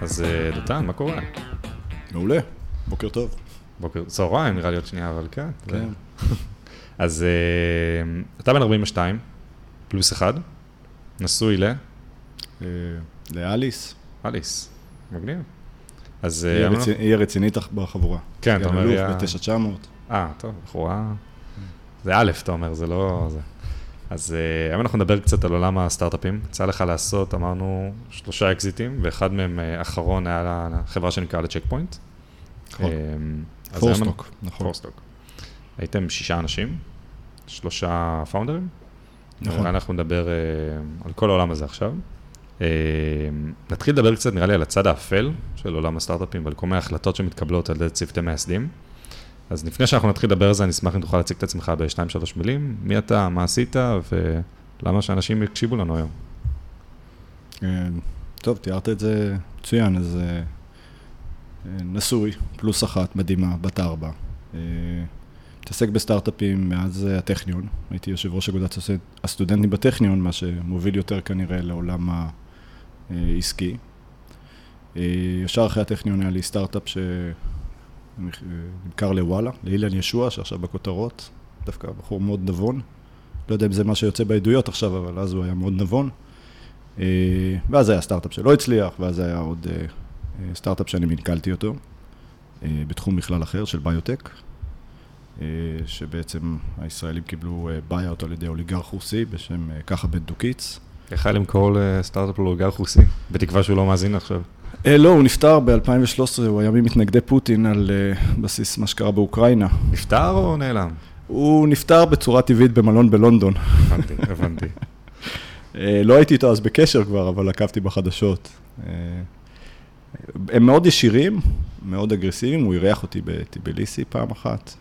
אז דותן, מה קורה? מעולה, בוקר טוב. בוקר, צהריים, נראה לי עוד שנייה, אבל כן. כן. אז אתה בן 42, פלוס אחד, נשוי לאליס. אליס, מגניב. אז... היא רצינית בחבורה. כן, אתה אומר... היא ב-900. טוב, בחורה... זה א', אתה אומר, זה לא... אז היום אנחנו נדבר קצת על עולם הסטארט-אפים. יצא לך לעשות, אמרנו, 3 אקזיטים, ואחד מהם האחרון היה לחברה שנקרא לצ'ק פוינט. נכון. פורסטוק. נכון. פורסטוק. הייתם 6 אנשים, 3 פאונדרים. נכון. אנחנו נדבר על כל העולם הזה עכשיו. נתחיל לדבר קצת, נראה לי, על הצד האפל של עולם הסטארט-אפים, ועל כל מיני החלטות שמתקבלות על ידי צוותי מייסדים. אז לפני שאנחנו נתחיל לדבר על זה, אני אשמח אם תוכל להציג את עצמך ב2-3 מילים. מי אתה, מה עשית, ולמה שאנשים יקשיבו לנו היום? טוב, תיארת את זה מצוין, אז נשוי, פלוס אחת, מדהימה, בת 4. מתעסק בסטארט-אפים מאז הטכניון. הייתי יושב ראש אגודת הסטודנטים בטכניון, מה שמוביל יותר כנראה לעולם העסקי. ישר אחרי הטכניון היה לי סטארט-אפ נמכר לוואלה, לאילן ישוע, שעכשיו בכותרות, דווקא בחור מאוד נבון. לא יודע אם זה מה שיוצא בעדויות עכשיו, אבל אז הוא היה מאוד נבון. ואז היה סטארט-אפ שלא הצליח, ואז היה עוד סטארט-אפ שאני מנכלתי אותו, בתחום בכלל אחר של ביוטק, שבעצם הישראלים קיבלו ביי-אוט על ידי אוליגר רוסי, בשם ככה בן דוקיץ. איך היה למכור לסטארט-אפ לאוליגר רוסי? בתקווה שהוא לא מאזין עכשיו. לא, הוא נפטר ב-2013, הוא היה ממתנגדי פוטין על בסיס מה שקרה באוקראינה. נפטר או נעלם? הוא נפטר בצורה טבעית במלון בלונדון. הבנתי. לא הייתי איתו אז בקשר כבר, אבל עקבתי בחדשות. הם מאוד ישירים, מאוד אגרסיביים, הוא אירח אותי בטיביליסי פעם אחת.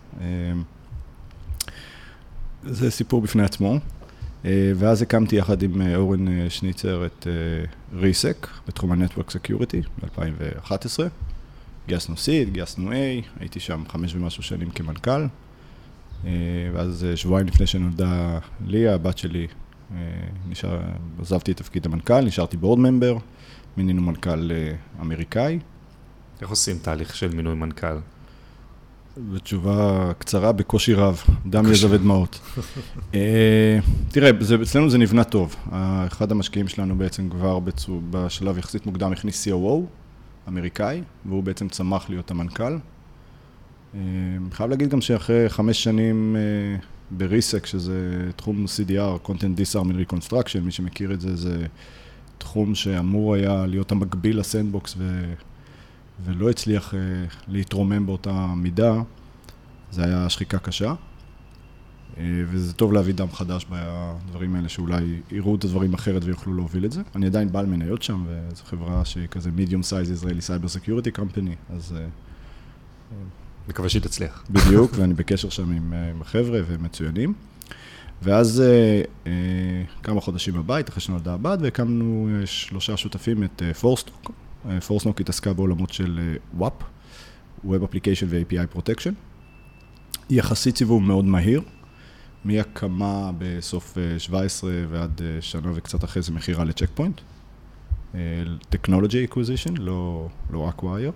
זה סיפור בפני עצמו. ואז הקמתי יחד עם אורן שניצר את ריסק, בתחום ה-Network Security, ב-2011. גייסנו C, גייסנו A, הייתי שם 5 ומשהו שנים כמנכ"ל. ואז שבועיים לפני שנולדה לי, הבת שלי, עזבתי את תפקיד המנכ"ל, נשארתי בורד ממבר, מינינו מנכ"ל אמריקאי. איך עושים תהליך של מינוי מנכ"ל? בתשובה קצרה, בקושי רב, דם יזע ודמעות. תראה, אצלנו זה נבנה טוב. אחד המשקיעים שלנו בעצם כבר בשלב יחסית מוקדם הכניס COO, אמריקאי, והוא בעצם צמח להיות המנכ"ל. חייב להגיד גם שאחרי 5 שנים בריסק, שזה תחום CDR, Content Disarmament Reconstruction, מי שמכיר את זה, זה תחום שאמור היה להיות המקביל לסנדבוקס ולא הצליח להתרומם באותה מידה, זה היה שחיקה קשה, וזה טוב להביא דם חדש בדברים האלה, שאולי יראו את הדברים אחרת ויוכלו להוביל את זה. אני עדיין בעל מניות שם, וזו חברה שהיא כזה medium size Israeli cyber security company, אז... מקווה שהיא תצליח. בדיוק, ואני בקשר שם עם החבר'ה ומצוינים. ואז כמה חודשים בבית, אחרי שנולדה הבת, והקמנו 3 שותפים את פורסטוק. פורסטוק התעסקה בעולמות של WAP, Web Application ו-API Protection. יחסית סיבוב מאוד מהיר, מהקמה בסוף 17 ועד שנה וקצת אחרי זה מחירה לצ'ק פוינט. Technology Acquisition, לא Acquire.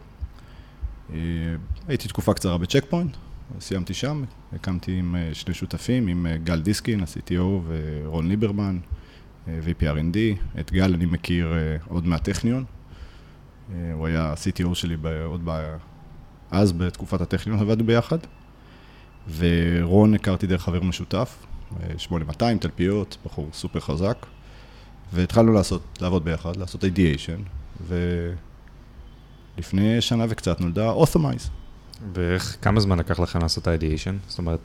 הייתי תקופה קצרה בצ'ק פוינט, סיימתי שם, הקמתי עם 2 שותפים, עם גל דיסקין, ה-CTO, ורון ליברמן, VP R&D. את גל אני מכיר עוד מהטכניון. הוא היה CTO שלי אז בתקופת הטכניון, עבדנו ביחד. ורון הכרתי דרך חבר משותף, 8200, תלפיות, בחור סופר חזק. והתחלנו לעבוד ביחד, לעשות ideation, ולפני שנה וקצת נולדה Authorize. וכמה זמן לקח לכם לעשות ideation? זאת אומרת,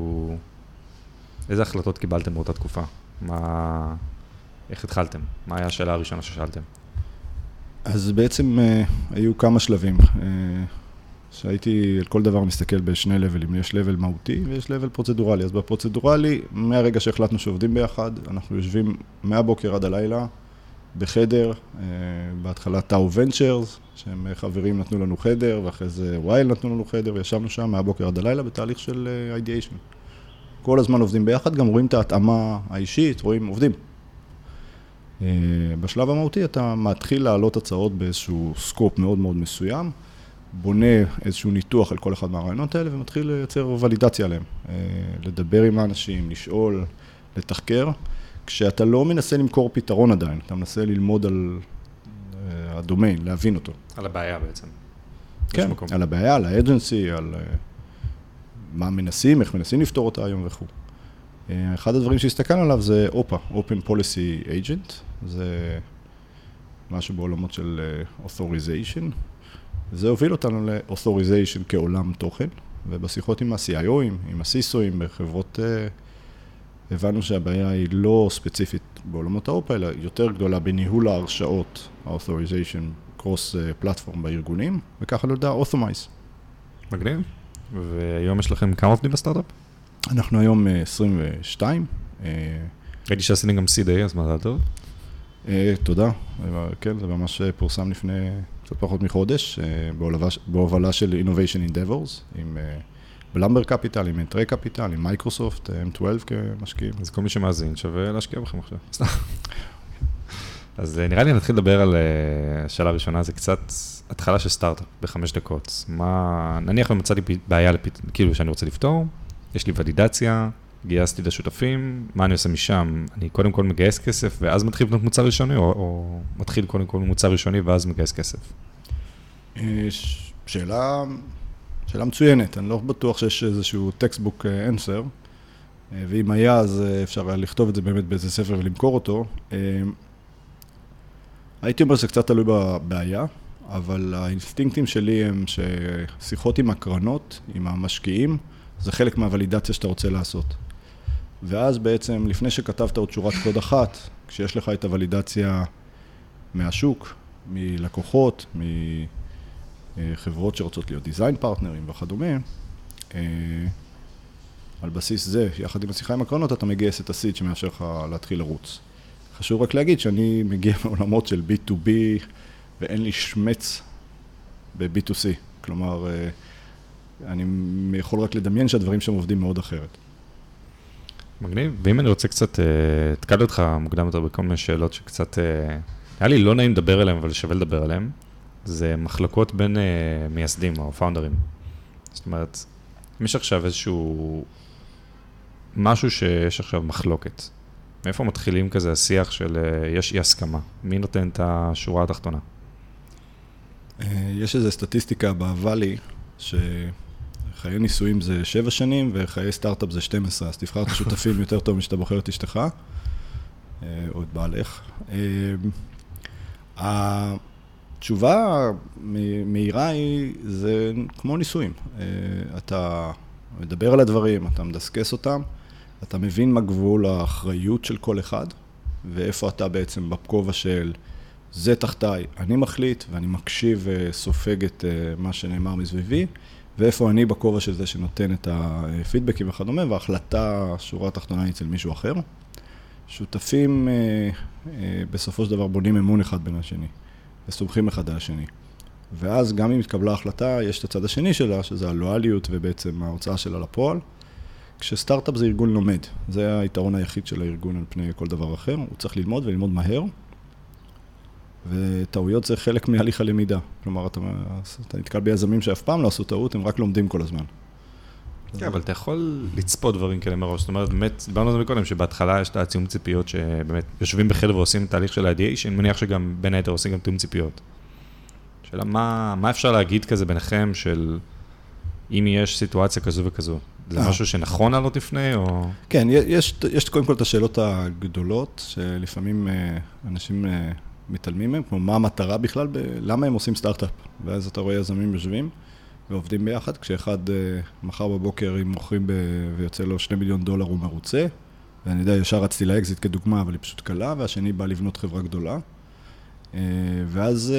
איזה החלטות קיבלתם באותה תקופה? איך התחלתם? מה היה השאלה הראשונה ששאלתם? אז בעצם היו כמה שלבים, שהייתי על כל דבר מסתכל בשני לבלים, יש לבל מהותי ויש לבל פרוצדורלי. אז בפרוצדורלי, מהרגע שהחלטנו שעובדים ביחד, אנחנו יושבים מהבוקר עד הלילה בחדר, בהתחלה טאו ונצ'רס, שהם חברים נתנו לנו חדר, ואחרי זה וייל נתנו לנו חדר, וישבנו שם מהבוקר עד הלילה בתהליך של ideation. כל הזמן עובדים ביחד, גם רואים את ההתאמה האישית, עובדים. בשלב המהותי אתה מתחיל להעלות הצעות באיזשהו סקופ מאוד מאוד מסוים, בונה איזשהו ניתוח על כל אחד מהרעיונות האלה ומתחיל לייצר ולידציה עליהם. לדבר עם האנשים, לשאול, לתחקר, כשאתה לא מנסה למכור פתרון עדיין, אתה מנסה ללמוד על הדומיין, להבין אותו. על הבעיה בעצם. כן, על הבעיה, על האג'נסי, על מה מנסים, איך מנסים לפתור אותה היום וכו'. אחד הדברים שהסתכלנו עליו זה OPA, Open Policy Agent, זה משהו בעולמות של Authorization, זה הוביל אותנו ל-Authorization כעולם תוכן, ובשיחות עם ה-CIO'ים, עם ה-CISO'ים בחברות, הבנו שהבעיה היא לא ספציפית בעולמות ה-OPA, אלא יותר גדולה בניהול ההרשאות, ה-Authorization קרוס פלטפורם בארגונים, וככה לא יודע, Authorize. מגניב. והיום יש לכם כמה עובדים בסטארט-אפ? אנחנו היום 22. ראיתי שעשיתם גם CDA, אז מזל טוב. תודה. כן, זה ממש פורסם לפני קצת פחות מחודש, בהובלה של Innovation Endeavors, עם בלמבר קפיטל, עם אנטרי קפיטל, עם מייקרוסופט, M12 כמשקיעים. אז כל מי שמאזין שווה להשקיע בכם עכשיו. אז נראה לי נתחיל לדבר על השאלה הראשונה, זה קצת התחלה של סטארט-אפ ב5 דקות. נניח ומצאתי בעיה כאילו שאני רוצה לפתור, יש לי ולידציה, גייסתי את השותפים, מה אני עושה משם? אני קודם כל מגייס כסף ואז מתחיל לבנות מוצר ראשוני, או מתחיל קודם כל מוצר ראשוני ואז מגייס כסף? שאלה מצוינת, אני לא בטוח שיש איזשהו textbook answer, ואם היה אז אפשר לכתוב את זה באמת באיזה ספר ולמכור אותו. הייתי אומר שזה קצת תלוי בבעיה, אבל האינסטינקטים שלי הם ששיחות עם הקרנות, עם המשקיעים, זה חלק מהוולידציה שאתה רוצה לעשות. ואז בעצם, לפני שכתבת עוד שורת קוד אחת, כשיש לך את הוולידציה מהשוק, מלקוחות, מחברות שרוצות להיות דיזיין פרטנרים וכדומה, על בסיס זה, יחד עם השיחה עם הקרנות, אתה מגייס את הסיד שמאפשר לך להתחיל לרוץ. חשוב רק להגיד שאני מגיע מעולמות של B2B, ואין לי שמץ ב-B2C. כלומר, אני יכול רק לדמיין שהדברים שם עובדים מאוד אחרת. מגניב. ואם אני רוצה קצת, התקלתי אותך מוקדם יותר בכל מיני שאלות שקצת, היה לי לא נעים לדבר עליהם, אבל שווה לדבר עליהם. זה מחלקות בין מייסדים או פאונדרים. זאת אומרת, אם יש עכשיו איזשהו משהו שיש עכשיו מחלוקת, מאיפה מתחילים כזה השיח של יש אי הסכמה? מי נותן את השורה התחתונה? יש איזו סטטיסטיקה בוואלי, שחיי נישואים זה 7 שנים, וחיי סטארט-אפ זה 12, אז תבחר את השותפים יותר טוב משאתה בוחר את אשתך, או את בעלך. התשובה מהירה היא, זה כמו נישואים. אתה מדבר על הדברים, אתה מדסקס אותם, אתה מבין מה גבול האחריות של כל אחד, ואיפה אתה בעצם בכובע של זה תחתיי, אני מחליט ואני מקשיב וסופג את מה שנאמר מסביבי, ואיפה אני בכובע של זה שנותן את הפידבקים וכדומה, וההחלטה, שורה התחתונה אצל מישהו אחר. שותפים בסופו של דבר בונים אמון אחד בין השני, וסומכים אחד על השני. ואז גם אם התקבלה החלטה, יש את הצד השני שלה, שזה הלואליות ובעצם ההוצאה שלה לפועל. כשסטארט-אפ זה ארגון לומד, זה היתרון היחיד של הארגון על פני כל דבר אחר, הוא צריך ללמוד וללמוד מהר, וטעויות זה חלק מהליך הלמידה. כלומר, אתה נתקל ביזמים שאף פעם לא עשו טעות, הם רק לומדים כל הזמן. כן, אבל אתה יכול לצפות דברים כאלה מראש. זאת אומרת, באמת, דיברנו על זה מקודם, שבהתחלה יש את הציום ציפיות שבאמת יושבים בחדר ועושים תהליך של ה-ideation, אני מניח שגם בין היתר עושים גם תיאום ציפיות. שאלה, מה אפשר להגיד כזה ביניכם של אם יש סיטואציה כזו וכזו? זה משהו שנכון לעלות לפני, או? כן, יש קודם כל את השאלות הגדולות, שלפעמים אנשים מתעלמים מהם, כמו מה המטרה בכלל, למה הם עושים סטארט-אפ? ואז אתה רואה יזמים יושבים ועובדים ביחד, כשאחד מחר בבוקר, אם מוכרים ויוצא לו $2 מיליון, הוא מרוצה, ואני יודע, ישר רצתי לאקזיט כדוגמה, אבל היא פשוט קלה, והשני בא לבנות חברה גדולה. ואז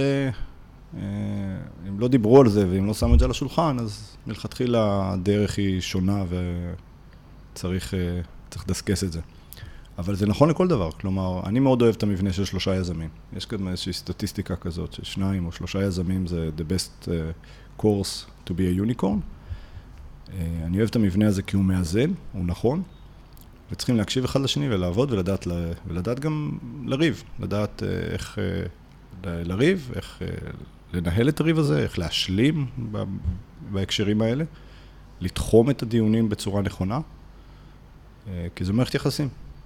אם לא דיברו על זה, ואם לא שמו את זה על השולחן, אז מלכתחילה הדרך היא שונה, וצריך לדסקס את זה. אבל זה נכון לכל דבר, כלומר, אני מאוד אוהב את המבנה של 3 יזמים. יש כאן איזושהי סטטיסטיקה כזאת, ש2 או 3 יזמים זה the best course to be a unicorn. אני אוהב את המבנה הזה כי הוא מאזן, הוא נכון, וצריכים להקשיב אחד לשני ולעבוד ולדעת גם לריב, לדעת איך לריב, איך לנהל את הריב הזה, איך להשלים בהקשרים האלה, לתחום את הדיונים בצורה נכונה, כי זו מערכת יחסים.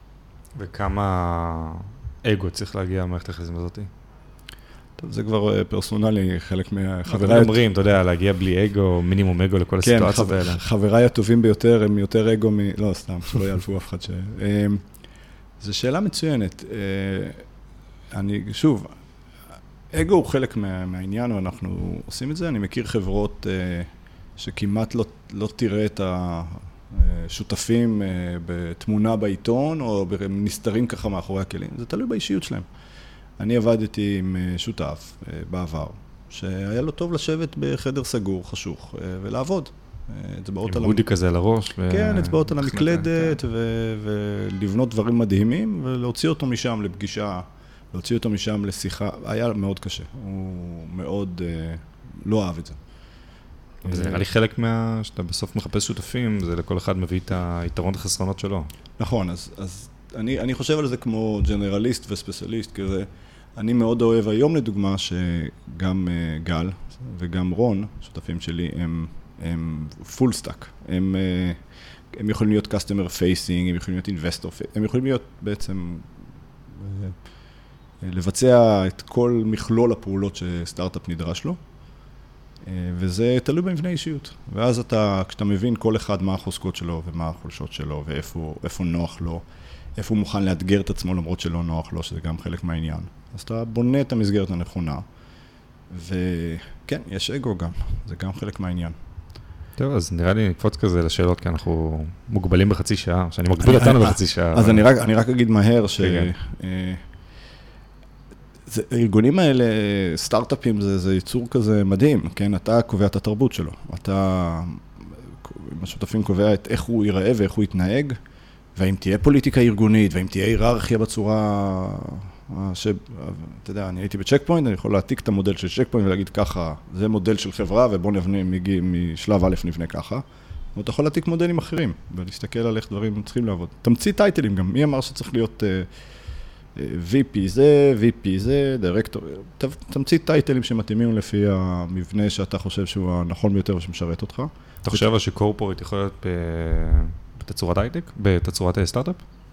וכמה אגו צריך להגיע למערכת היחסים הזאת? טוב, זה כבר פרסונלי, חלק מהחבריי... אנחנו אומרים, אתה יודע, להגיע בלי אגו, מינימום אגו לכל הסיטואציות האלה. כן, חבריי הטובים ביותר הם יותר אגו לא, סתם, שלא יעלפו אף אחד זו שאלה מצוינת. שוב, אגו הוא חלק מהעניין, ואנחנו עושים את זה. אני מכיר חברות שכמעט לא תראה את השותפים בתמונה בעיתון, או נסתרים ככה מאחורי הכלים. זה תלוי באישיות שלהם. אני עבדתי עם שותף בעבר, שהיה לו טוב לשבת בחדר סגור, חשוך, ולעבוד. עם הודי כזה על הראש. כן, אצבעות על המקלדת, ולבנות דברים מדהימים, ולהוציא אותו משם לפגישה, להוציא אותו משם לשיחה. היה מאוד קשה. הוא מאוד לא אהב את זה. וזה נראה לי חלק שאתה בסוף מחפש שותפים, זה לכל אחד מביא את היתרון החסרונות שלו. נכון, אז אני חושב על זה כמו ג'נרליסט וספציאליסט, כי אני מאוד אוהב היום לדוגמה שגם גל וגם רון, שותפים שלי, הם פול סטאק. הם יכולים להיות customer facing, הם יכולים להיות investor facing, הם יכולים להיות בעצם לבצע את כל מכלול הפעולות שסטארט-אפ נדרש לו, וזה תלוי במבנה אישיות. ואז כשאתה מבין כל אחד מה החוזקות שלו ומה החולשות שלו ואיפה נוח לו, איפה הוא מוכן לאתגר את עצמו למרות שלא נוח לו, שזה גם חלק מהעניין. אז אתה בונה את המסגרת הנכונה, וכן, יש אגו גם, זה גם חלק מהעניין. טוב, אז נראה לי נקפוץ כזה לשאלות, כי אנחנו מוגבלים בחצי שעה, שאני מגביל אותנו בחצי שעה. אז אני רק אגיד מהר הארגונים האלה, סטארט-אפים, זה ייצור כזה מדהים, כן? אתה קובע את התרבות שלו, השותפים קובע את איך הוא ייראה ואיך הוא יתנהג, והאם תהיה פוליטיקה ארגונית, והאם תהיה היררכיה בצורה אתה יודע, אני הייתי בצ'ק פוינט, אני יכול להעתיק את המודל של צ'ק פוינט ולהגיד ככה, זה מודל של חברה, ובוא נבנה משלב א' נבנה ככה. ואתה יכול להעתיק מודלים אחרים, ולהסתכל על איך דברים צריכים לעבוד. תמציא טייטלים גם, מי אמר שצריך להיות VP זה, VP זה, דירקטור, תמציא טייטלים שמתאימים לפי המבנה שאתה חושב שהוא הנכון ביותר ושמשרת אותך. אתה חושב שקורפורט יכול להיות בתצורת הייטק, בתצורת סטארט-אפ?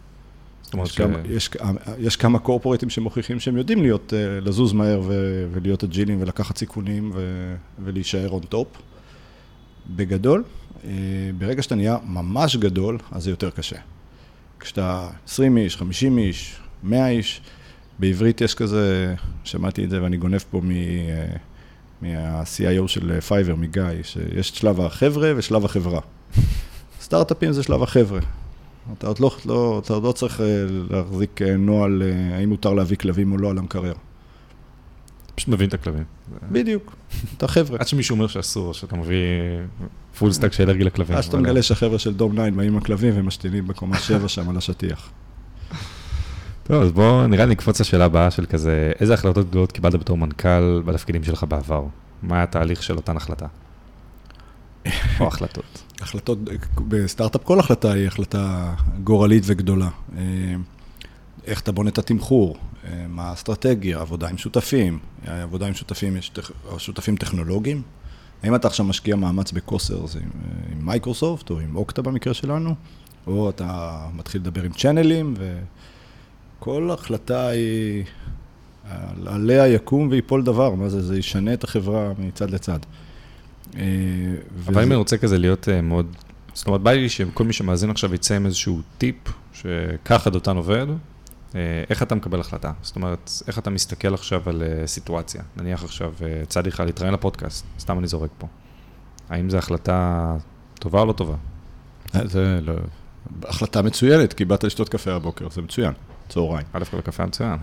יש כמה קורפורטים שמוכיחים שהם יודעים לזוז מהר ולהיות אג'ילים ולקחת סיכונים ולהישאר on top. בגדול, ברגע שאתה נהיה ממש גדול, אז זה יותר קשה. כשאתה 20 איש, 50 איש, 100 איש, בעברית יש כזה, שמעתי את זה ואני גונב פה מה-CIO של פייבר, מגיא, שיש שלב החבר'ה ושלב החברה. סטארט-אפים זה שלב החבר'ה. אתה עוד לא צריך להחזיק נועל, האם מותר להביא כלבים או לא על המקרר. פשוט מבין את הכלבים. בדיוק, אתה חבר'ה. עד שמישהו אומר שאסור, שאתה מביא פול סטאק של אלרגי לכלבים. אז שאתה מגלה שהחבר'ה של דום 9 באים עם הכלבים ומשתינים בקומה 7 שם על השטיח. טוב, אז בוא נראה לי נקפוץ לשאלה הבאה של כזה, איזה החלטות גדולות קיבלת בתור מנכ"ל בתפקידים שלך בעבר? מה היה התהליך של אותן החלטה? או החלטות? החלטות, בסטארט-אפ כל החלטה היא החלטה גורלית וגדולה. איך אתה בונה את התמחור, מה האסטרטגיה, עבודה עם שותפים. עבודה עם שותפים, יש שותפים טכנולוגיים. האם אתה עכשיו משקיע מאמץ בקוסר, זה עם מייקרוסופט או עם אוקטה במקרה שלנו, או אתה מתחיל לדבר עם צ'אנלים, וכל החלטה היא, עליה יקום ויפול דבר, מה זה? זה ישנה את החברה מצד לצד. אבל אם אני רוצה כזה להיות מאוד, זאת אומרת, בא לי שכל מי שמאזין עכשיו יצא עם איזשהו טיפ, שככה דותן עובד, איך אתה מקבל החלטה? זאת אומרת, איך אתה מסתכל עכשיו על סיטואציה? נניח עכשיו צד לך להתראיין לפודקאסט, סתם אני זורק פה. האם זו החלטה טובה או לא טובה? זה לא, החלטה מצוינת, כי באת לשתות קפה הבוקר, זה מצוין, צהריים. א' כל הקפה מצוין.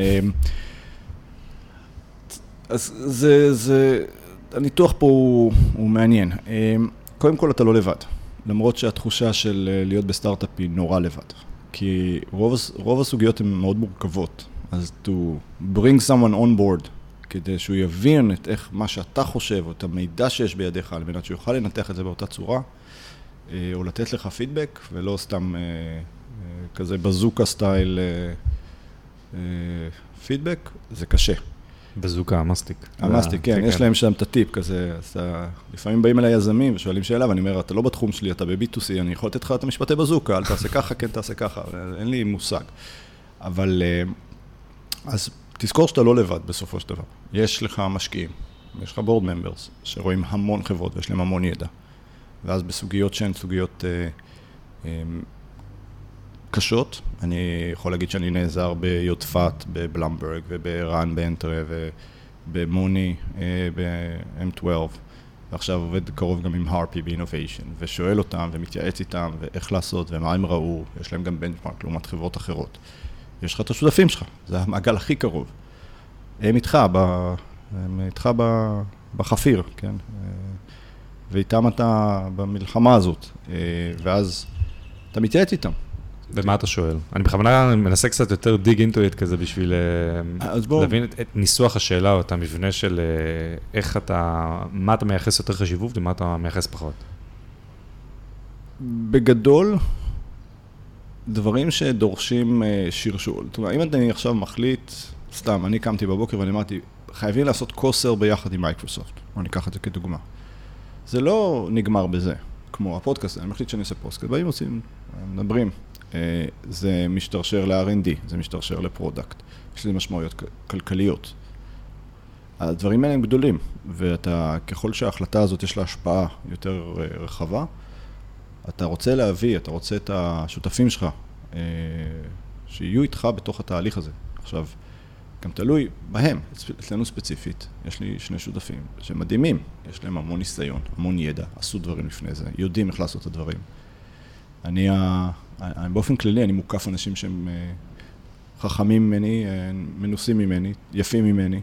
אז זה, הניתוח פה הוא מעניין. קודם כל אתה לא לבד, למרות שהתחושה של להיות בסטארט-אפ היא נורא לבד. כי רוב הסוגיות הן מאוד מורכבות. אז to bring someone on board, כדי שהוא יבין את איך מה שאתה חושב, או את המידע שיש בידיך, על מנת שהוא יוכל לנתח את זה באותה צורה, או לתת לך פידבק, ולא סתם כזה בזוקה סטייל פידבק, זה קשה. בזוקה, המסטיק. המסטיק, כן, יש להם שם את הטיפ כזה, לפעמים באים אליי יזמים ושואלים שאלה, ואני אומר, אתה לא בתחום שלי, אתה ב-B2C, אני יכול לתת לך את המשפטי בזוקה, אל תעשה ככה, כן תעשה ככה, אין לי מושג. אבל, אז תזכור שאתה לא לבד בסופו של דבר. יש לך משקיעים, יש לך board members, שרואים המון חברות ויש להם המון ידע. ואז בסוגיות שהן סוגיות קשות, אני יכול להגיד שאני נעזר ביודפת, בבלמברג וברן באנטרה ובמוני ב-M12, ועכשיו עובד קרוב גם עם הרפי ב-Innovation, ושואל אותם ומתייעץ איתם ואיך לעשות ומה הם ראו, יש להם גם בנצ'מרק לעומת חברות אחרות. יש לך את השותפים שלך, זה המעגל הכי קרוב. הם איתך בחפיר, כן? ואיתם אתה במלחמה הזאת, ואז אתה מתייעץ איתם. ומה אתה שואל? אני בכוונה מנסה קצת יותר dig into it כזה בשביל להבין את ניסוח השאלה או את המבנה של איך מה אתה מייחס יותר חשיבות ומה אתה מייחס פחות. בגדול, דברים שדורשים שרשול. זאת אומרת, אם אני עכשיו מחליט, סתם, אני קמתי בבוקר ואני אמרתי, חייבים לעשות קוסר ביחד עם מייקרוסופט. אני אקח את זה כדוגמה. זה לא נגמר בזה, כמו הפודקאסט, אני מחליט שאני עושה פודקאסט, באים עושים, מדברים. זה משתרשר ל-R&D, זה משתרשר לפרודקט. יש לזה משמעויות כלכליות. הדברים האלה הם גדולים, ואתה, ככל שההחלטה הזאת יש לה השפעה יותר רחבה, אתה רוצה להביא, אתה רוצה את השותפים שלך, שיהיו איתך בתוך התהליך הזה. עכשיו, גם תלוי בהם, אצלנו ספציפית, יש לי שני שותפים שמדהימים, יש להם המון ניסיון, המון ידע, עשו דברים לפני זה, יודעים איך לעשות את הדברים. אני באופן כללי, אני מוקף אנשים שהם חכמים ממני, מנוסים ממני, יפים ממני,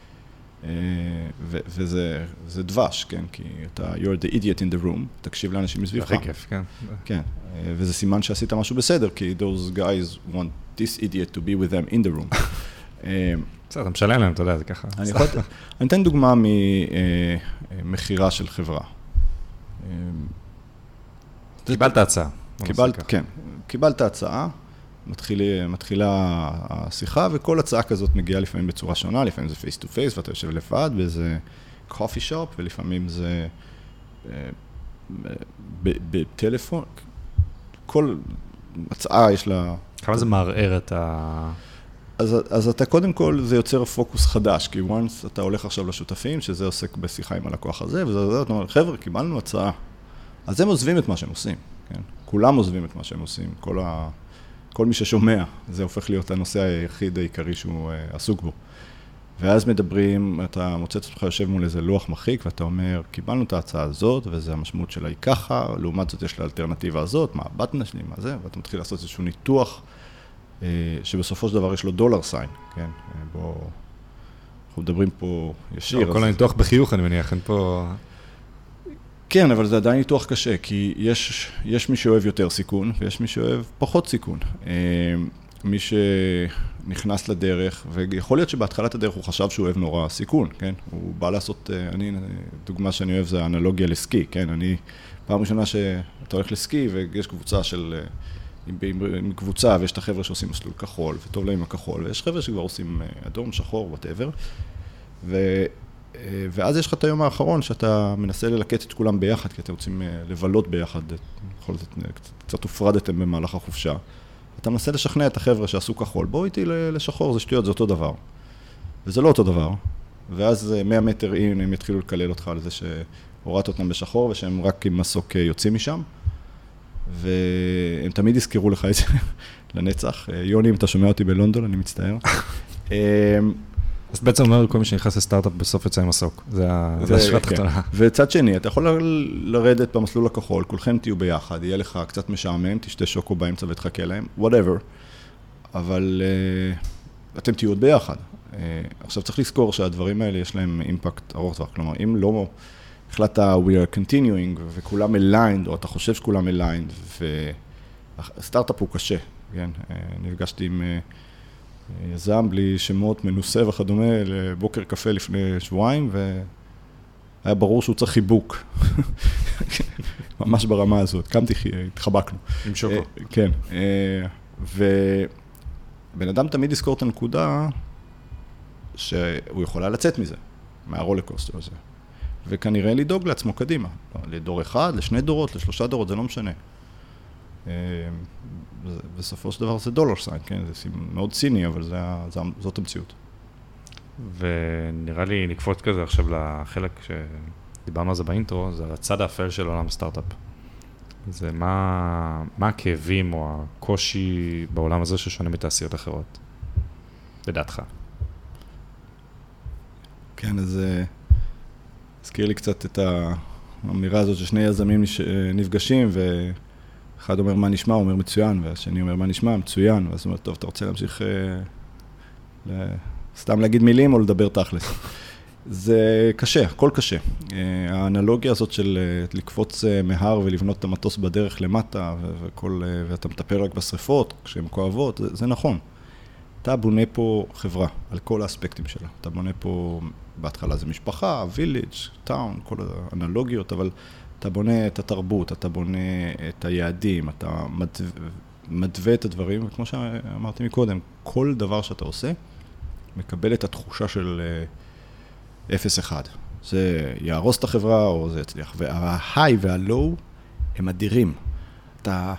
וזה דבש, כן, כי אתה, you're the idiot in the room, תקשיב לאנשים מסביבך. הכי כיף, כן. כן, וזה סימן שעשית משהו בסדר, כי those guys want this idiot to be with them in the room. בסדר, אתה משלם להם, אתה יודע, זה ככה. אני אתן דוגמה ממחירה של חברה. קיבלת הצעה. כן, קיבלת הצעה, מתחילה השיחה, וכל הצעה כזאת מגיעה לפעמים בצורה שונה, לפעמים זה face to face, ואתה יושב לבד באיזה coffee shop, ולפעמים זה בטלפון. כל הצעה יש לה... כמה זה מערער את ה... אז אתה קודם כל, זה יוצר פוקוס חדש, כי once אתה הולך עכשיו לשותפים, שזה עוסק בשיחה עם הלקוח הזה, וזה, אתה אומר, חבר'ה, קיבלנו הצעה. אז הם עוזבים את מה שהם עושים, כן? כולם עוזבים את מה שהם עושים, כל מי ששומע, זה הופך להיות הנושא היחיד העיקרי שהוא עסוק בו. ואז מדברים, אתה מוצא את עצמך יושב מול איזה לוח מחיק, ואתה אומר, קיבלנו את ההצעה הזאת, וזה המשמעות שלה היא ככה, לעומת זאת יש לה אלטרנטיבה הזאת, מה הבטנה שלי, מה זה, ואתה מתחיל לעשות איזשהו ניתוח, שבסופו של דבר יש לו דולר סיין, כן? אנחנו מדברים פה ישיר. כל הניתוח בחיוך, אני מניח, אין פה... כן, אבל זה עדיין ניתוח קשה, כי יש מי שאוהב יותר סיכון, ויש מי שאוהב פחות סיכון. מי שנכנס לדרך, ויכול להיות שבהתחלת הדרך הוא חשב שהוא אוהב נורא סיכון, כן? הוא בא לעשות, דוגמה שאני אוהב זה האנלוגיה לסקי, כן? פעם ראשונה שאתה הולך לסקי, ויש קבוצה של... עם קבוצה, ויש את החבר'ה שעושים מסלול כחול, וטוב להם עם הכחול, ויש חבר'ה שכבר עושים אדום, שחור, whatever, ואז יש לך את היום האחרון, שאתה מנסה ללקט את כולם ביחד, כי אתם רוצים לבלות ביחד, יכול להיות, קצת הופרדתם במהלך החופשה, אתה מנסה לשכנע את החבר'ה שעשו כחול, בואו איתי לשחור, זה שטויות, זה אותו דבר, וזה לא אותו דבר, ואז 100 מטר אין, הם יתחילו לקלל אותך על זה שהורדת אותם בשחור, ושהם רק עם מסוק יוצאים משם, והם תמיד יזכרו לך את זה לנצח. יוני, אם אתה שומע אותי בלונדון, אני מצטער. אז בעצם אומר כל מי שנכנס לסטארט-אפ בסוף יצא עם מסוק. זה השורה התחתונה. וצד שני, אתה יכול לרדת במסלול הכחול, כולכם תהיו ביחד, יהיה לך קצת משעמם, תשתה שוקו באמצע ותחכה להם, whatever. אבל אתם תהיו עוד ביחד. עכשיו צריך לזכור שהדברים האלה יש להם אימפקט ארוך טווח. כלומר, אם לא... החלטת, we are continuing, וכולם aligned, או אתה חושב שכולם aligned, והסטארט-אפ הוא קשה, כן? נפגשתי עם יזם בלי שמות, מנוסה וכדומה, לבוקר קפה לפני שבועיים, והיה ברור שהוא צריך חיבוק. ממש ברמה הזאת, קמתי, התחבקנו. עם שוקו. כן. ובן אדם תמיד יזכור את הנקודה שהוא יכולה לצאת מזה, מהרולקוסטר הזה. וכנראה לדאוג לעצמו קדימה, לדור אחד, לשני דורות, לשלושה דורות, זה לא משנה. בסופו של דבר זה דולר סיין, כן? זה מאוד ציני, אבל זאת המציאות. ונראה לי נקפוץ כזה עכשיו לחלק שדיברנו על זה באינטרו, זה הצד האפל של עולם הסטארט-אפ. זה מה הכאבים או הקושי בעולם הזה ששונה מתעשיות אחרות, לדעתך? כן, אז הזכיר לי קצת את האמירה הזאת ששני יזמים נפגשים, ואחד אומר מה נשמע, הוא אומר מצוין, והשני אומר מה נשמע, מצוין, ואז הוא אומר, טוב, אתה רוצה להמשיך סתם להגיד מילים או לדבר תכלס? זה קשה, הכל קשה. האנלוגיה הזאת של לקפוץ מהר ולבנות את המטוס בדרך למטה, ואתה מטפל רק בשריפות כשהן כואבות, זה נכון. אתה בונה פה חברה, על כל האספקטים שלה. אתה בונה פה, בהתחלה זה משפחה, ויליג', טאון, כל האנלוגיות, אבל אתה בונה את התרבות, אתה בונה את היעדים, אתה מדווה את הדברים, וכמו שאמרתי מקודם, כל דבר שאתה עושה, מקבל את התחושה של 0-1. זה יהרוס את החברה או זה יצליח. וההיי והלואו הם אדירים. אתה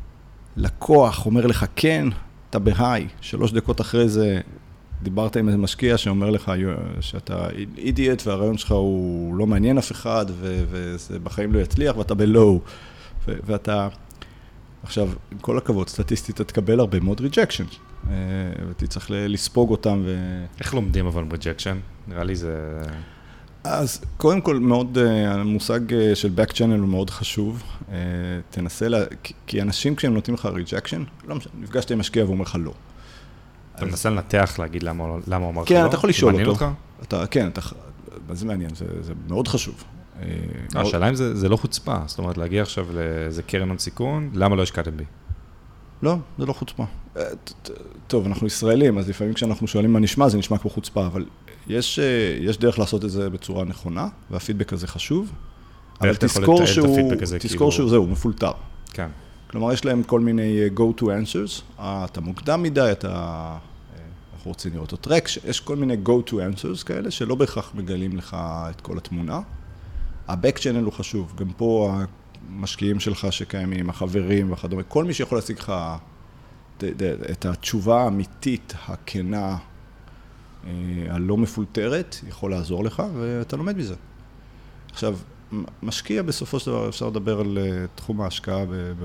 לקוח אומר לך כן, אתה בהיי. 3 דקות אחרי זה דיברת עם איזה משקיע שאומר לך שאתה אידיוט והרעיון שלך הוא לא מעניין אף אחד וזה בחיים לא יצליח ואתה בלואו. ואתה, עכשיו, עם כל הכבוד, סטטיסטית אתה תקבל הרבה מאוד ריג'קשן. ותצטרך לספוג אותם איך לומדים אבל ריג'קשן? נראה לי זה... אז קודם כל מאוד, המושג של back channel הוא מאוד חשוב. תנסה, כי אנשים כשהם נותנים לך ריג'קשן, לא משנה, נפגשת עם משקיע והוא אומר לך לא. אתה מנסה לנתח להגיד למה הוא אומר לך לא? לא? כן, אתה יכול לשאול אותו. מעניין אותך? כן, זה מעניין, זה מאוד חשוב. השאלה אם זה לא חוצפה, זאת אומרת להגיע עכשיו לאיזה קרן הון סיכון, למה לא השקעתם בי? לא, זה לא חוצפה. טוב, אנחנו ישראלים, אז לפעמים כשאנחנו שואלים מה נשמע, זה נשמע כמו חוצפה, אבל יש דרך לעשות את זה בצורה נכונה, והפידבק הזה חשוב, אבל תזכור שהוא, זהו, מפולטר. כן. כלומר, יש להם כל מיני go-to answers, אתה מוקדם מדי, אנחנו רוצים לראות אותו טרק, יש כל מיני go-to answers כאלה, שלא בהכרח מגלים לך את כל התמונה. ה-back channel הוא חשוב, גם פה המשקיעים שלך שקיימים, החברים וכדומה, כל מי שיכול להשיג לך את התשובה האמיתית, הכנה, הלא מפולטרת, יכול לעזור לך, ואתה לומד מזה. עכשיו, משקיע בסופו של דבר, אפשר לדבר על תחום ההשקעה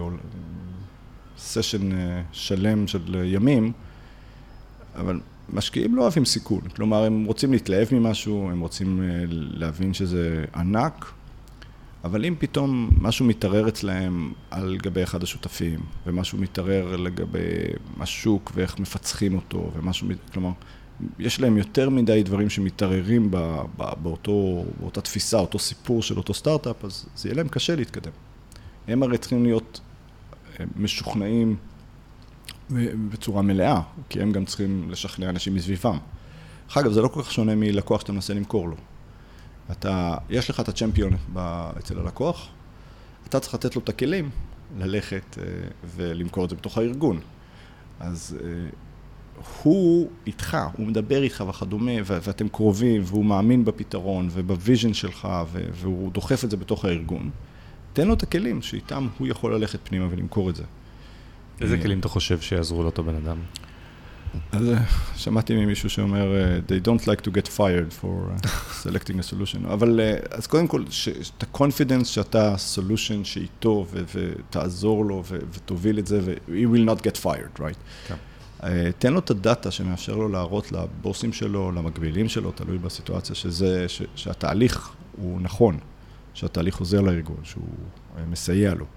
בסשן שלם של ימים, אבל משקיעים לא אוהבים סיכון. כלומר, הם רוצים להתלהב ממשהו, הם רוצים להבין שזה ענק, אבל אם פתאום משהו מתערער אצלהם על גבי אחד השותפים, ומשהו מתערער לגבי השוק ואיך מפצחים אותו, כלומר, יש להם יותר מדי דברים שמתערערים באותה תפיסה, אותו סיפור של אותו סטארט-אפ, אז זה יהיה להם קשה להתקדם. הם הרי צריכים להיות משוכנעים בצורה מלאה, כי הם גם צריכים לשכנע אנשים מסביבם. אגב, זה לא כל כך שונה מלקוח שאתה מנסה למכור לו. יש לך את הצ'מפיון אצל הלקוח, אתה צריך לתת לו את הכלים ללכת ולמכור את זה בתוך הארגון. אז הוא איתך, הוא מדבר איתך וכדומה, ואתם קרובים, והוא מאמין בפתרון ובוויז'ן שלך, והוא דוחף את זה בתוך הארגון. תן לו את הכלים שאיתם הוא יכול ללכת פנימה ולמכור את זה. איזה כלים אתה חושב שיעזרו לאותו בן אדם? אז שמעתי ממישהו שאומר, they don't like to get fired for selecting a solution. אבל אז קודם כל, את ה-confidence שאתה solution שאיתו ותעזור לו ותוביל את זה, ו- he will not get fired, right? כן. תן לו את הדאטה שמאפשר לו להראות לבוסים שלו, למקבילים שלו, תלוי בסיטואציה שהתהליך הוא נכון, שהתהליך עוזר לארגון, שהוא מסייע לו.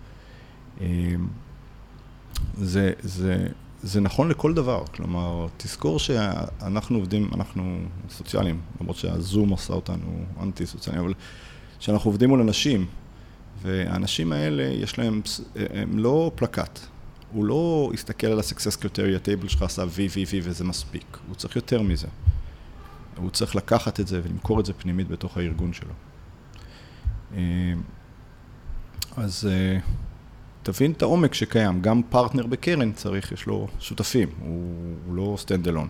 זה נכון לכל דבר, כלומר, תזכור שאנחנו עובדים, אנחנו סוציאליים, למרות שהזום עושה אותנו אנטי-סוציאליים, אבל שאנחנו עובדים מול אנשים, והאנשים האלה יש להם, הם לא פלקט, הוא לא יסתכל על ה-success criteria table שלך, עשה V וזה מספיק, הוא צריך יותר מזה. הוא צריך לקחת את זה ולמכור את זה פנימית בתוך הארגון שלו. אז תבין את העומק שקיים. גם פרטנר בקרן צריך, יש לו שותפים, הוא לא סטנד אלון.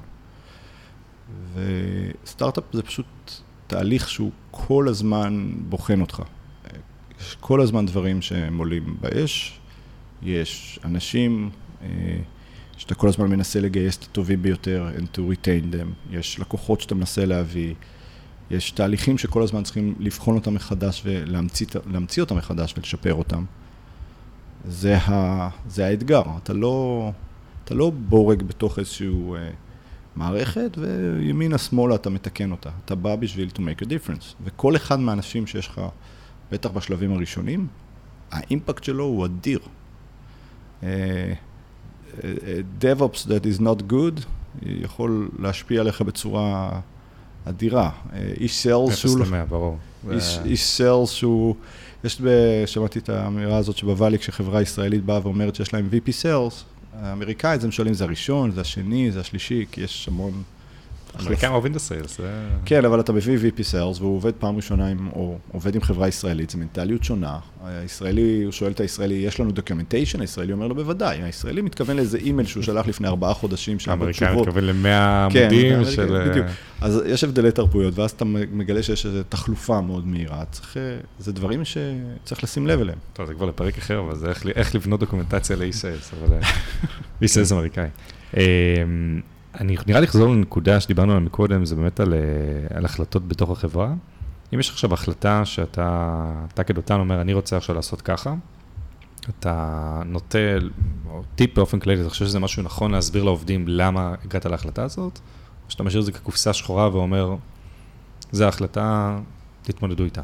וסטארט-אפ זה פשוט תהליך שהוא כל הזמן בוחן אותך. יש כל הזמן דברים שהם עולים באש, יש אנשים שאתה כל הזמן מנסה לגייס את הטובים ביותר, and to retain them, יש לקוחות שאתה מנסה להביא, יש תהליכים שכל הזמן צריכים לבחון אותם מחדש ולהמציא אותם מחדש ולשפר אותם. זה האתגר, אתה לא בורג בתוך איזשהו מערכת, וימינה שמאלה אתה מתקן אותה. אתה בא בשביל to make a difference. וכל אחד מהאנשים שיש לך, בטח בשלבים הראשונים, האימפקט שלו הוא אדיר. DevOps that is not good, יכול להשפיע עליך בצורה אדירה. איש סיילס שהוא... אפס למאה, ברור. איש סיילס שהוא... שמעתי את האמירה הזאת שבוואלי, כשחברה ישראלית באה ואומרת שיש להם VP סיילס, האמריקאים, הם שואלים, זה הראשון, זה השני, זה השלישי, כי יש המון... האמריקאים אוהבים את הסיילס. כן, אבל אתה מביא VP סיילס, והוא עובד פעם ראשונה או עובד עם חברה ישראלית, זו מנטליות שונה. הישראלי, הוא שואל את הישראלי, יש לנו דוקומנטיישן? הישראלי אומר לו, בוודאי. הישראלי מתכוון לאיזה אימייל שהוא שלח לפני 4 חודשים, האמריקאים מתכוון ל100 עמודים של... בדיוק. אז יש הבדלי תרבויות, ואז אתה מגלה שיש איזו תחלופה מאוד מהירה. זה דברים שצריך לשים לב אליהם. טוב, זה כבר לפרק אחר, אבל זה איך לבנות דוקומנטציה לאי-סיילס, אבל אי-סיילס אמריקאי. אני נראה לחזור לנקודה שדיברנו עליה מקודם, זה באמת על החלטות בתוך החברה. אם יש עכשיו החלטה שאתה כדותן אומר, אני רוצה עכשיו לעשות ככה, אתה נוטה, או טיפ באופן כללי, אתה חושב שזה משהו נכון להסביר לעובדים למה הגעת להחלטה הזאת, או שאתה משאיר את זה כקופסה שחורה ואומר, זה ההחלטה, תתמודדו איתה.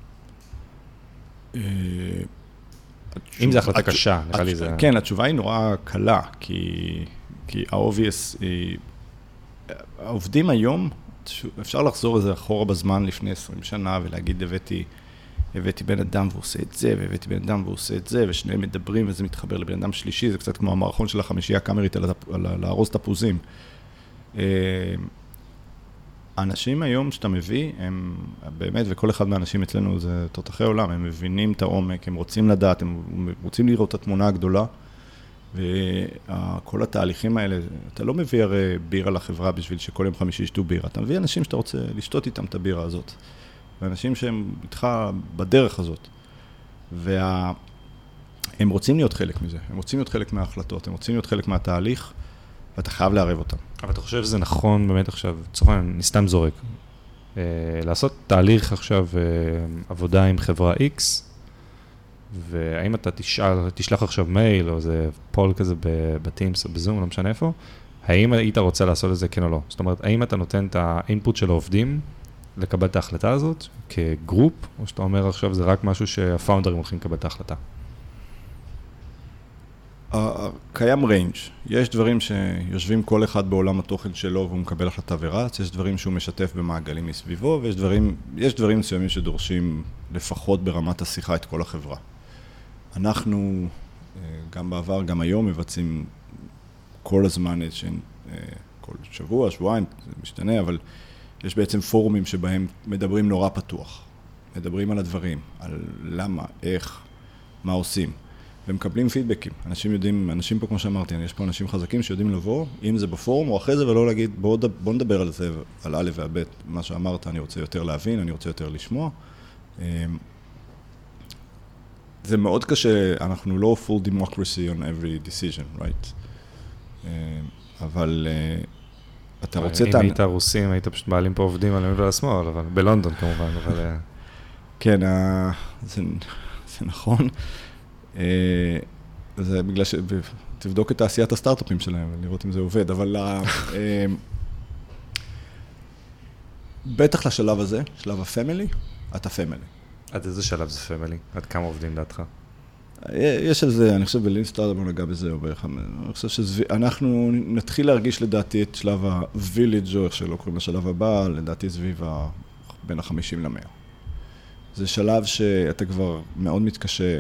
אם זו החלטה קשה, נראה לי זה... כן, התשובה היא נורא קלה, כי ה-obvious, העובדים היום, אפשר לחזור איזה אחורה בזמן לפני 20 שנה ולהגיד, הבאתי בן אדם והוא עושה את זה, והבאתי בן אדם והוא עושה את זה, ושניהם מדברים וזה מתחבר לבן אדם שלישי, זה קצת כמו המערכון של החמישייה הקאמרית על לארוז תפוזים. האנשים היום שאתה מביא, הם באמת, וכל אחד מהאנשים אצלנו זה תותחי עולם, הם מבינים את העומק, הם רוצים לדעת, הם רוצים לראות את התמונה הגדולה, וכל התהליכים האלה, אתה לא מביא הרי בירה לחברה בשביל שכל יום חמישי ישתו בירה, אתה מביא אנשים שאתה רוצה לשתות איתם את הבירה הזאת, ואנשים שהם איתך בדרך הזאת, והם רוצים להיות חלק מזה, הם רוצים להיות חלק מההחלטות, הם רוצים להיות חלק מהתהליך, ואתה חייב לערב אותם. אבל אתה חושב שזה נכון באמת עכשיו, צורך, אני סתם זורק, לעשות תהליך עכשיו עבודה עם חברה X, והאם אתה תשלח עכשיו מייל, או זה פול כזה בטימס או בזום, לא משנה איפה, האם היית רוצה לעשות את זה כן או לא? זאת אומרת, האם אתה נותן את האינפוט של העובדים לקבל את ההחלטה הזאת כגרופ, או שאתה אומר עכשיו זה רק משהו שהפאונדרים הולכים לקבל את ההחלטה? קיים ריינג'. יש דברים שיושבים כל אחד בעולם התוכן שלו והוא מקבל החלטה ורץ, יש דברים שהוא משתף במעגלים מסביבו, ויש דברים מסוימים שדורשים לפחות ברמת השיחה את כל החברה. אנחנו, גם בעבר, גם היום, מבצעים כל הזמן, כל שבוע, שבועיים, זה משתנה, אבל יש בעצם פורומים שבהם מדברים נורא פתוח. מדברים על הדברים, על למה, איך, מה עושים. ומקבלים פידבקים. אנשים פה, כמו שאמרתי, יש פה אנשים חזקים שיודעים לבוא, אם זה בפורום או אחרי זה, ולא להגיד, בוא נדבר על זה, על א' והב', מה שאמרת, אני רוצה יותר להבין, אני רוצה יותר לשמוע. זה מאוד קשה, אנחנו לא full democracy on every decision, right? אבל אתה רוצה... אם היית רוסים, היית פשוט מעלים פה עובדים על ימין ועל השמאל, אבל בלונדון כמובן, אבל... כן, זה נכון. זה בגלל תבדוק את תעשיית הסטארט-אפים שלהם, לראות אם זה עובד, אבל בטח לשלב הזה, שלב הפמילי, אתה פמילי. עד איזה שלב זה פמילי? עד כמה עובדים דעתך? יש על זה, אני חושב בלין סטארט-אפ נגע בזה, אני חושב שאנחנו נתחיל להרגיש לדעתי את שלב ה-village, או איך שלא קוראים לשלב הבא, לדעתי סביב בין ה-50 ל-100. זה שלב שאתה כבר מאוד מתקשה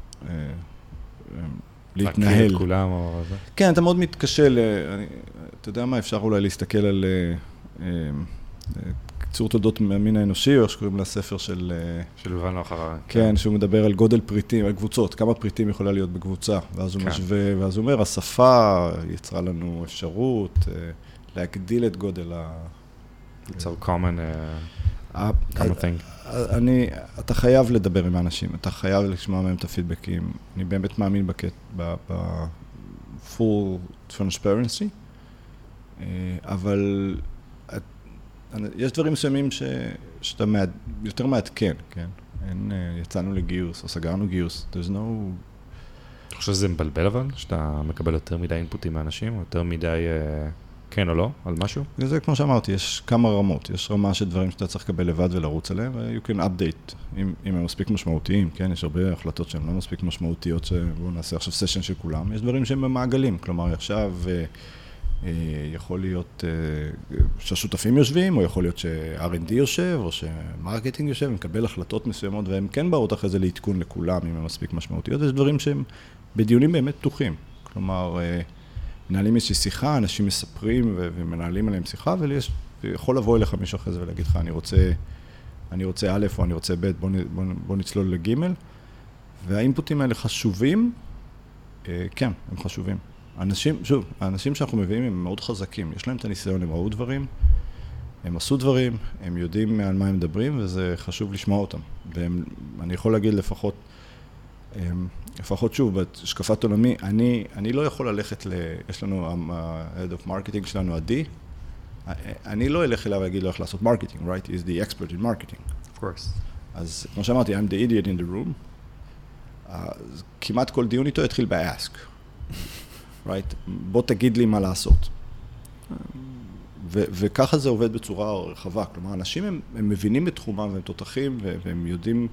להתנהל. להכיר את כולם או זה? כן, אתה מאוד מתקשה, אתה יודע מה, אפשר אולי להסתכל על קיצור תולדות מהמין האנושי, או איך שקוראים לספר של יובל נוח הררי. כן, שהוא מדבר על גודל פריטים, על קבוצות, כמה פריטים יכולה להיות בקבוצה, ואז הוא משווה, ואז הוא אומר, השפה יצרה לנו אפשרות להגדיל את גודל It's a common thing. אתה חייב לדבר עם האנשים, אתה חייב לשמוע מהם את הפידבקים. אני באמת מאמין full transparency, אבל יש דברים מסוימים שאתה יותר מעדכן, כן? יצאנו לגיוס או סגרנו גיוס. There's no... אתה חושב שזה מבלבל אבל? שאתה מקבל יותר מדי אינפוטים מאנשים, או יותר מדי כן או לא על משהו? זה כמו שאמרתי, יש כמה רמות. יש רמה של דברים שאתה צריך לקבל לבד ולרוץ עליהם, ו-you can update אם הם מספיק משמעותיים, כן? יש הרבה החלטות שהן לא מספיק משמעותיות, שבואו נעשה עכשיו סשן של כולם. יש דברים שהם במעגלים, כלומר עכשיו יכול להיות שהשותפים יושבים, או יכול להיות ש-R&D יושב, או שמרקטינג יושב, מקבל החלטות מסוימות, והם כן באות אחרי זה להתקון לכולם, אם הם מספיק משמעותיות. יש דברים שהם בדיונים באמת פתוחים. כלומר, מנהלים איזושהי שיחה, אנשים מספרים ומנהלים עליהם שיחה, ויכול לבוא אליך מישהו אחרי זה ולהגיד לך, אני רוצה א' או אני רוצה ב', בוא נצלול לג', והאינפוטים האלה חשובים, כן, הם חשובים. האנשים שאנחנו מביאים הם מאוד חזקים, יש להם את הניסיון, הם ראו דברים, הם עשו דברים, הם יודעים על מה הם מדברים, וזה חשוב לשמוע אותם. ואני יכול להגיד לפחות שוב, בשקפת עולמי, אני לא יכול ללכת יש לנו, ה-Head of Marketing שלנו, עדי, אני לא אלך אליו ואגיד לו איך לעשות marketing, right? He's the expert in marketing. Of course. אז כמו שאמרתי, I'm the idiot in the room. כמעט כל דיון איתו יתחיל ב-ask. right? בוא תגיד לי מה לעשות. וככה זה עובד בצורה רחבה. כלומר, אנשים הם מבינים בתחומם והם תותחים, והם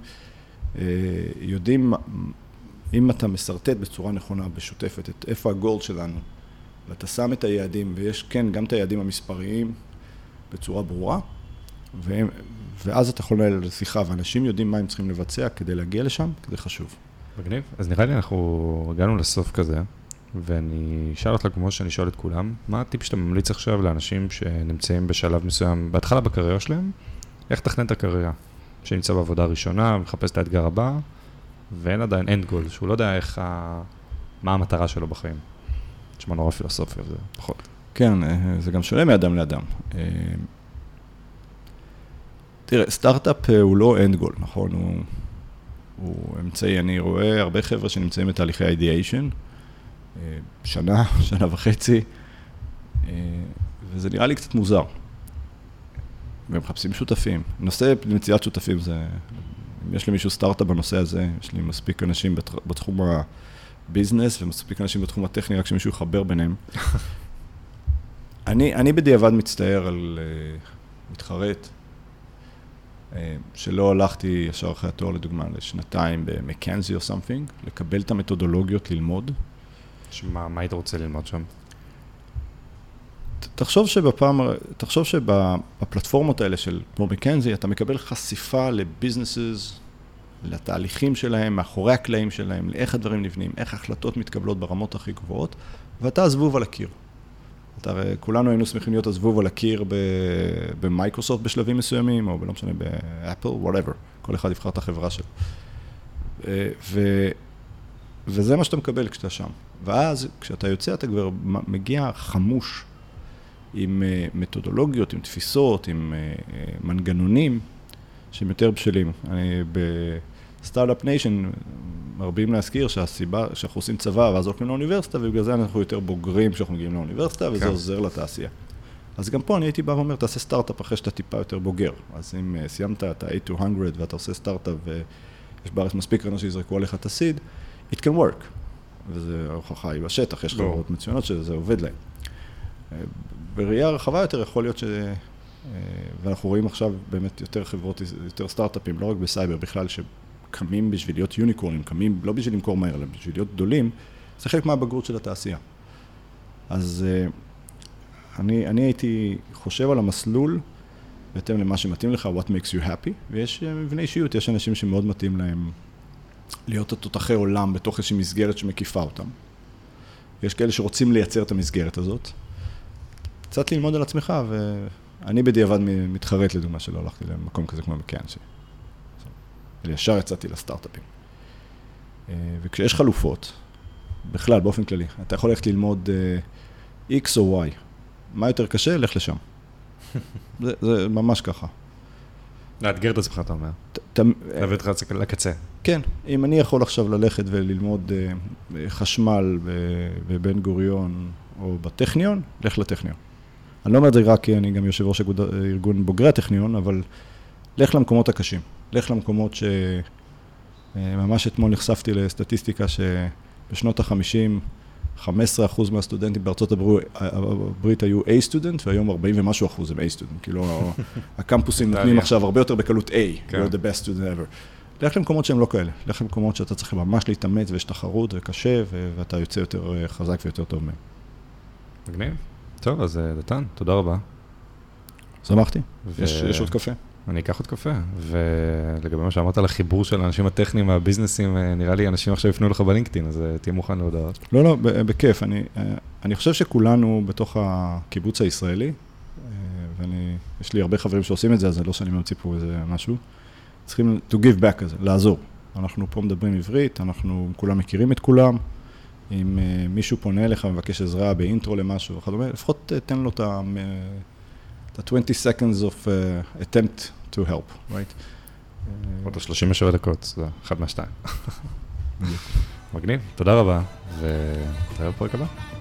יודעים אם אתה מסרטט בצורה נכונה, בשותפת, את איפה הגול שלנו, ואתה שם את היעדים, ויש כן גם את היעדים המספריים בצורה ברורה, ואז אתה יכול לנהל שיחה, ואנשים יודעים מה הם צריכים לבצע כדי להגיע לשם, כי זה חשוב. מגניב. אז נראה לי אנחנו הגענו לסוף כזה, ואני אשאל אותך כמו שאני שואל את כולם, מה הטיפ שאתה ממליץ עכשיו לאנשים שנמצאים בשלב מסוים, בהתחלה בקריירה שלהם, איך תכנן את הקריירה? שנמצא בעבודה ראשונה, מחפש את האתגר הבא, ואין עדיין end goal, שהוא לא יודע מה המטרה שלו בחיים. תשמע נורא פילוסופיה, זה פחות. כן, זה גם שונה מאדם לאדם. תראה, סטארט-אפ הוא לא end goal, נכון? הוא אמצעי, אני רואה הרבה חבר'ה שנמצאים בתהליכי ideation, שנה וחצי, וזה נראה לי קצת מוזר. והם מחפשים שותפים. נושא מציאת שותפים זה, אם יש לי מישהו סטארט-אפ בנושא הזה, יש לי מספיק אנשים בתחום הביזנס, ומספיק אנשים בתחום הטכני, רק שמישהו יחבר ביניהם. אני בדיעבד מצטער על מתחרט, שלא הלכתי ישר אחרי התואר, לדוגמה, לשנתיים במקנזי או something, לקבל את המתודולוגיות ללמוד. מה היית רוצה ללמוד שם? תחשוב שבפלטפורמות האלה של כמו מקנזי, אתה מקבל חשיפה לביזנסס, לתהליכים שלהם, מאחורי הקלעים שלהם, לאיך הדברים נבנים, איך החלטות מתקבלות ברמות הכי גבוהות, ואתה הזבוב על הקיר. כולנו היינו שמחים להיות הזבוב על הקיר במייקרוסופט בשלבים מסוימים, או לא משנה, באפל, whatever. כל אחד יבחר את החברה שלו. וזה מה שאתה מקבל כשאתה שם. ואז, כשאתה יוצא, אתה כבר מגיע חמוש עם מתודולוגיות, עם תפיסות, עם מנגנונים שהם יותר בשלים. בסטארט-אפ ניישן מרבים להזכיר שהסיבה שאנחנו עושים צבא ואז הולכים לאוניברסיטה, ובגלל זה אנחנו יותר בוגרים כשאנחנו מגיעים לאוניברסיטה, וזה עוזר לתעשייה. אז גם פה אני הייתי בא ואומר, תעשה סטארט-אפ אחרי שאתה טיפה יותר בוגר. אז אם סיימת את ה-A200 ואתה עושה סטארט-אפ ויש בארץ מספיק רעיונות שיזרקו עליך את הסיד, it can work. וזה ההוכחה היא בשטח, יש חברות מצוינות שזה עובד להם. בראייה רחבה יותר יכול להיות ואנחנו רואים עכשיו באמת יותר חברות, יותר סטארט-אפים, לא רק בסייבר, בכלל שקמים בשביל להיות יוניקורנים, קמים לא בשביל למכור מהר, אלא בשביל להיות גדולים, זה חלק מהבגרות של התעשייה. אז אני הייתי חושב על המסלול, בהתאם למה שמתאים לך, what makes you happy, ויש מבני אישיות, יש אנשים שמאוד מתאים להם להיות התותחי עולם בתוך איזושהי מסגרת שמקיפה אותם. יש כאלה שרוצים לייצר את המסגרת הזאת. קצת ללמוד על עצמך אני בדיעבד מתחרט לדוגמה שלא הלכתי למקום כזה כמו מקאנשי. ישר יצאתי לסטארט-אפים. וכשיש חלופות, בכלל, באופן כללי, אתה יכול ללכת ללמוד X או Y. מה יותר קשה? לך לשם. זה ממש ככה. לאתגר את עצמך, אתה אומר. להביא אותך לקצה. כן, אם אני יכול עכשיו ללכת וללמוד חשמל בבן גוריון או בטכניון, לך לטכניון. אני לא אומר את זה רק כי אני גם יושב ראש ארגון בוגרי הטכניון, אבל לך למקומות הקשים. לך למקומות ממש אתמול נחשפתי לסטטיסטיקה שבשנות ה-50, 15% מהסטודנטים בארצות הברית היו A-סטודנט, והיום 40 ומשהו אחוז הם A-סטודנט. כאילו, הקמפוסים נותנים עכשיו הרבה יותר בקלות A, you're the best student ever. לך למקומות שהם לא כאלה. לך למקומות שאתה צריך ממש להתאמץ, ויש תחרות וקשה, ואתה יוצא יותר חזק ויותר טוב מהם. מגניב. טוב, אז דתן, תודה רבה. שמחתי. יש עוד קפה. אני אקח עוד קפה, ולגבי מה שאמרת על החיבור של האנשים הטכניים והביזנסים, נראה לי אנשים עכשיו יפנו לך בלינקדאין, אז תהיה מוכן להודעות. לא, בכיף. אני חושב שכולנו בתוך הקיבוץ הישראלי, ויש לי הרבה חברים שעושים את זה, אז לא שאני ממציא פה איזה משהו, צריכים to give back כזה, לעזור. אנחנו פה מדברים עברית, אנחנו כולם מכירים את כולם, אם מישהו פונה אליך ומבקש עזרה באינטרו למשהו, לפחות תן לו את 20 seconds of attempt to help, right? עוד 37 דקות, זה אחד מהשתיים. מגניב, תודה רבה, ותראה בפרק הבא.